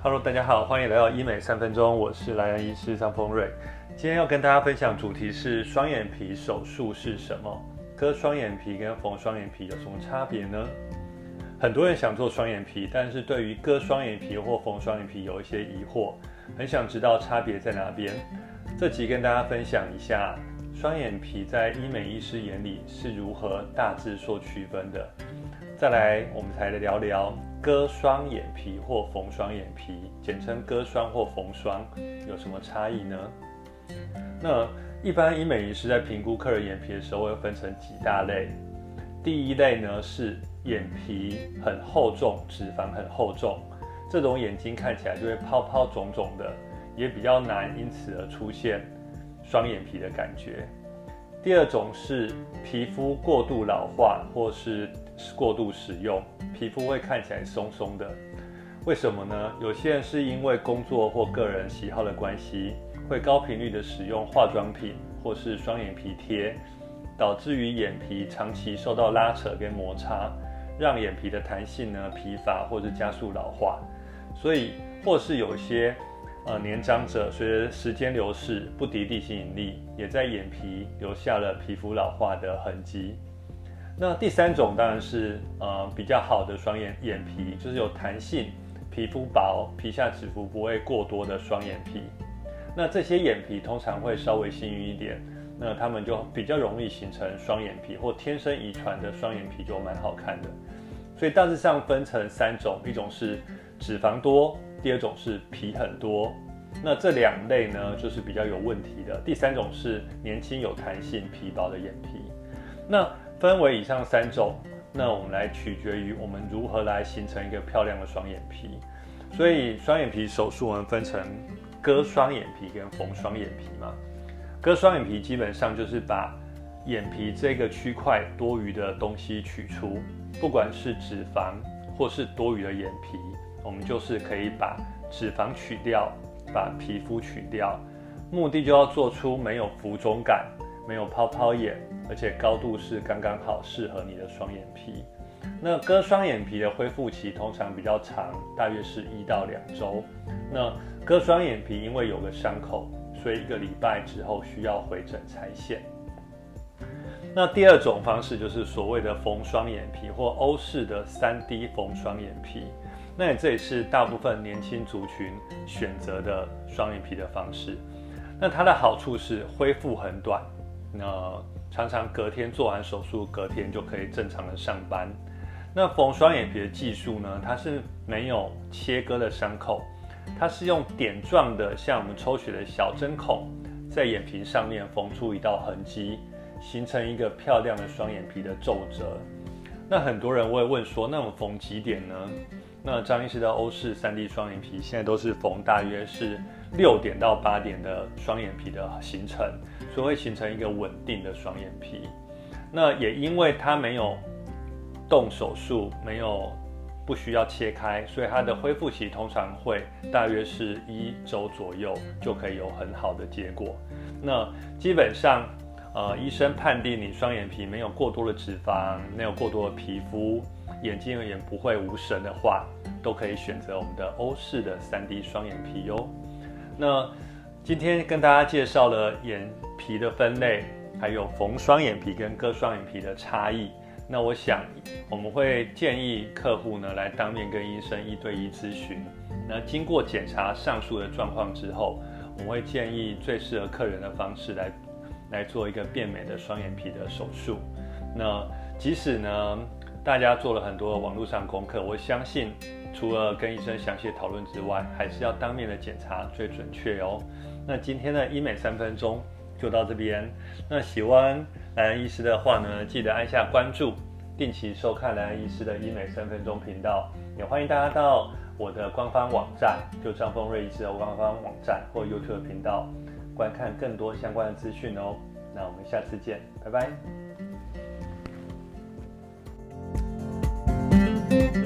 Hello， 大家好，欢迎来到医美3分钟，我是莱恩医师张丰瑞。今天要跟大家分享主题是双眼皮手术是什么？割双眼皮跟缝双眼皮有什么差别呢？很多人想做双眼皮，但是对于割双眼皮或缝双眼皮有一些疑惑，很想知道差别在哪边。这集跟大家分享一下双眼皮在医美医师眼里是如何大致做区分的。再来，我们才来聊聊割双眼皮或缝双眼皮，简称割双或缝双，有什么差异呢？那一般医美医师在评估客人眼皮的时候，会分成几大类。第一类呢是眼皮很厚重，脂肪很厚重，这种眼睛看起来就会泡泡肿肿的，也比较难因此而出现双眼皮的感觉。第二种是皮肤过度老化或是过度使用，皮肤会看起来松松的。为什么呢？有些人是因为工作或个人喜好的关系，会高频率的使用化妆品或是双眼皮贴，导致于眼皮长期受到拉扯跟摩擦，让眼皮的弹性呢疲乏或是加速老化。所以或是有些年长者随着时间流逝不敌地心引力，也在眼皮留下了皮肤老化的痕迹。那第三种当然是比较好的双眼皮，就是有弹性、皮肤薄、皮下脂肪不会过多的双眼皮。那这些眼皮通常会稍微幸运一点，那他们就比较容易形成双眼皮，或天生遗传的双眼皮就蛮好看的。所以大致上分成三种，一种是脂肪多，第二种是皮很多。那这两类呢就是比较有问题的。第三种是年轻有弹性、皮薄的眼皮。那分为以上三种，那我们来取决于我们如何来形成一个漂亮的双眼皮。所以双眼皮手术我们分成割双眼皮跟缝双眼皮嘛。割双眼皮基本上就是把眼皮这个区块多余的东西取出，不管是脂肪或是多余的眼皮，我们就是可以把脂肪取掉，把皮肤取掉，目的就要做出没有浮肿感、没有泡泡眼，而且高度是刚刚好适合你的双眼皮。那割双眼皮的恢复期通常比较长，大约是1到2周。那割双眼皮因为有个伤口，所以1个礼拜之后需要回诊拆线。那第二种方式就是所谓的缝双眼皮或欧式的3D 缝双眼皮。那这也是大部分年轻族群选择的双眼皮的方式。那它的好处是恢复很短，那常常隔天做完手术，隔天就可以正常的上班。那缝双眼皮的技术呢，它是没有切割的伤口，它是用点状的像我们抽血的小针孔，在眼皮上面缝出一道痕迹，形成一个漂亮的双眼皮的皱褶。那很多人会问说，那我们缝几点呢？那张医师的欧式3D 双眼皮现在都是缝大约是6点到8点的双眼皮的形成，所以会形成一个稳定的双眼皮。那也因为它没有动手术，不需要切开，所以它的恢复期通常会大约是1周左右就可以有很好的结果。那基本上医生判定你双眼皮没有过多的脂肪，没有过多的皮肤，眼睛也不会无神的话，都可以选择我们的欧式的3D 双眼皮哟。那今天跟大家介绍了眼皮的分类，还有缝双眼皮跟割双眼皮的差异。那我想我们会建议客户呢来当面跟医生1对1咨询。那经过检查上述的状况之后，我们会建议最适合客人的方式来做一个变美的双眼皮的手术。那即使呢大家做了很多网络上功课，我相信除了跟医生详细讨论之外，还是要当面的检查最准确哦。那今天的医美3分钟就到这边。那喜欢莱恩医师的话呢，记得按下关注，定期收看莱恩医师的医美3分钟频道。也欢迎大家到我的官方网站，就张丰瑞医师的官方网站或 YouTube 频道，观看更多相关的资讯哦。那我们下次见，拜拜。